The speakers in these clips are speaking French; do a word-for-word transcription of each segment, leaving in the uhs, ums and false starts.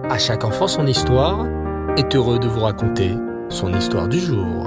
À chaque enfant son histoire est heureux de vous raconter son histoire du jour.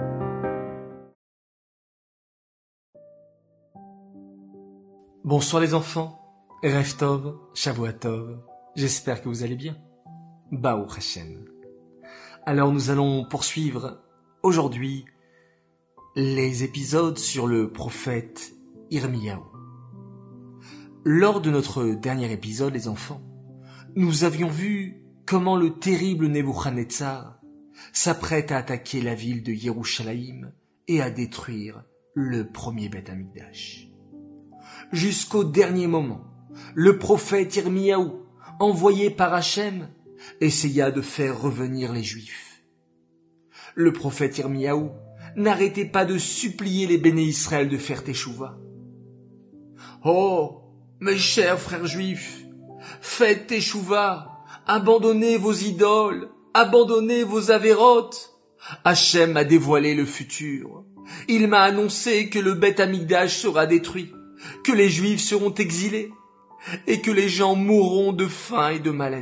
Bonsoir les enfants, Erev Tov, Shavua Tov, j'espère que vous allez bien. Baruch Hashem. Alors nous allons poursuivre aujourd'hui les épisodes sur le prophète Yirmiyahu. Lors de notre dernier épisode, les enfants, nous avions vu comment le terrible Nebuchadnezzar s'apprête à attaquer la ville de Yerushalayim et à détruire le premier Beth Amikdash. Jusqu'au dernier moment, le prophète Yirmiyahu, envoyé par Hachem, essaya de faire revenir les Juifs. Le prophète Yirmiyahu n'arrêtait pas de supplier les béné Israël de faire teshuva. « Oh, mes chers frères juifs, faites teshuva, abandonnez vos idoles, abandonnez vos avérotes. Hachem a dévoilé le futur. Il m'a annoncé que le Beth Amikdash sera détruit, que les Juifs seront exilés et que les gens mourront de faim et de maladie. »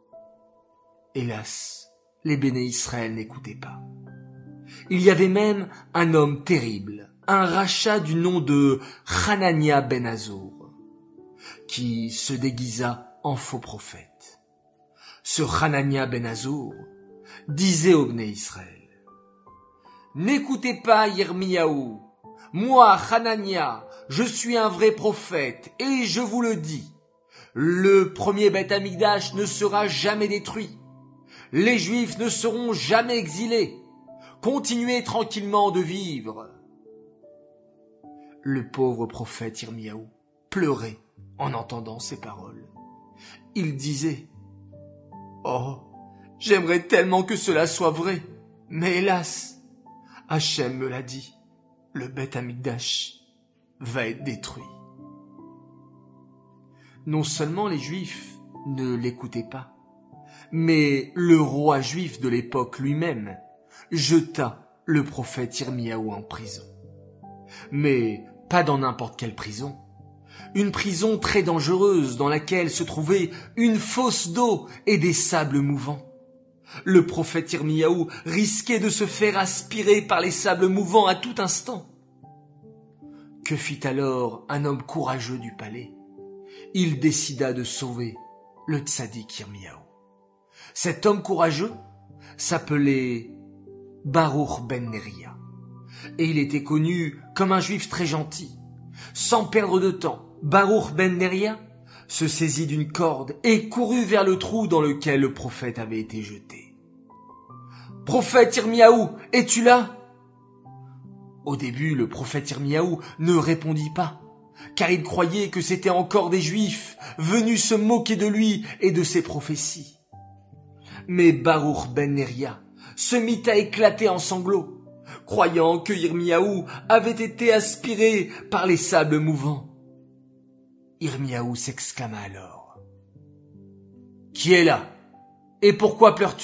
Hélas, les béné Israël n'écoutaient pas. Il y avait même un homme terrible, un rachat du nom de Hanania ben Azur, qui se déguisa en faux prophète. Ce Hanania ben Azur disait aux béné Israël: « N'écoutez pas Yirmiyahu, moi Hanania, je suis un vrai prophète et je vous le dis, le premier Beth Amikdash ne sera jamais détruit, les Juifs ne seront jamais exilés, continuez tranquillement de vivre. » Le pauvre prophète Yirmiyahu pleurait en entendant ces paroles. Il disait: « Oh, j'aimerais tellement que cela soit vrai, mais hélas, Hachem me l'a dit, le Beth Amikdash va être détruit. » Non seulement les Juifs ne l'écoutaient pas, mais le roi juif de l'époque lui-même jeta le prophète Yirmiyahu en prison. Mais pas dans n'importe quelle prison. Une prison très dangereuse dans laquelle se trouvait une fosse d'eau et des sables mouvants. Le prophète Yirmiyahu risquait de se faire aspirer par les sables mouvants à tout instant. Que fit alors un homme courageux du palais? Il décida de sauver le tzaddik Yirmiyahu. Cet homme courageux s'appelait Baruch ben Neria, et il était connu comme un juif très gentil. Sans perdre de temps, Baruch ben Neria se saisit d'une corde et courut vers le trou dans lequel le prophète avait été jeté. « Prophète Yirmiyahu, es-tu là ?» Au début, le prophète Yirmiyahu ne répondit pas, car il croyait que c'étaient encore des Juifs venus se moquer de lui et de ses prophéties. Mais Baruch ben Neria se mit à éclater en sanglots, croyant que Yirmiyahu avait été aspiré par les sables mouvants. Yirmiyahu s'exclama alors: « Qui est là? Et pourquoi pleures-tu ?»«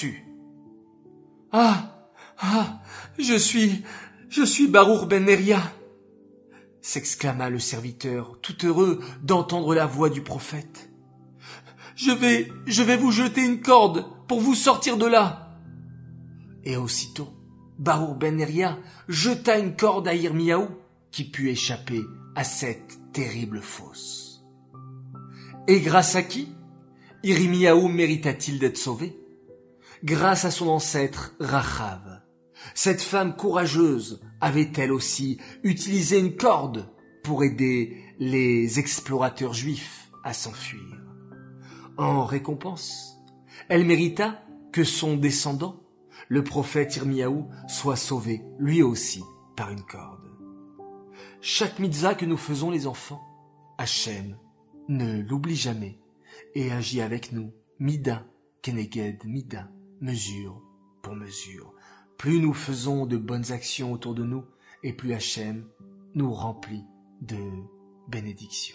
Ah, ah, je suis, je suis Baruch ben Neria !» s'exclama le serviteur, tout heureux d'entendre la voix du prophète. « Je vais, je vais vous jeter une corde pour vous sortir de là. » Et aussitôt, Baruch ben Neria jeta une corde à Yirmiyahu qui put échapper à cette terrible fosse. Et grâce à qui Yirmiyahu mérita-t-il d'être sauvé? Grâce à son ancêtre Rachav. Cette femme courageuse avait elle aussi utilisé une corde pour aider les explorateurs juifs à s'enfuir. En récompense, elle mérita que son descendant, le prophète Yirmiyahu, soit sauvé lui aussi par une corde. Chaque mitzvah que nous faisons les enfants, Hachem ne l'oublie jamais et agit avec nous, mida keneged mida, mesure pour mesure. Plus nous faisons de bonnes actions autour de nous, et plus Hachem nous remplit de bénédictions.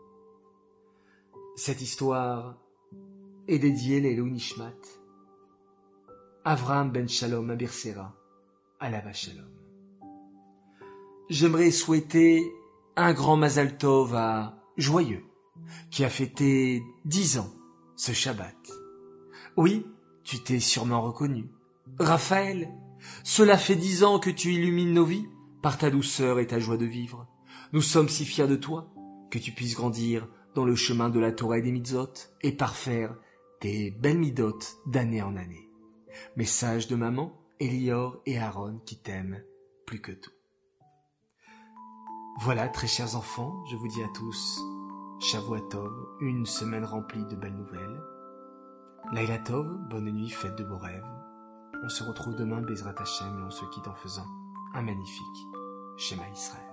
Cette histoire est dédiée l'Elou Nishmat, Avraham ben Shalom Abirsera, Alav Shalom. J'aimerais souhaiter un grand Mazal Tov à Joyeux, qui a fêté dix ans ce Shabbat. Oui, tu t'es sûrement reconnu. Raphaël, cela fait dix ans que tu illumines nos vies par ta douceur et ta joie de vivre. Nous sommes si fiers de toi que tu puisses grandir dans le chemin de la Torah et des mitzvot et parfaire tes belles midotes d'année en année. Message de maman, Elior et Aaron qui t'aiment plus que tout. Voilà, très chers enfants, je vous dis à tous, Shavua Tov, une semaine remplie de belles nouvelles. Laila Tov, bonne nuit, faites de beaux rêves. On se retrouve demain, Bezrat Hashem, et on se quitte en faisant un magnifique Shema Israël.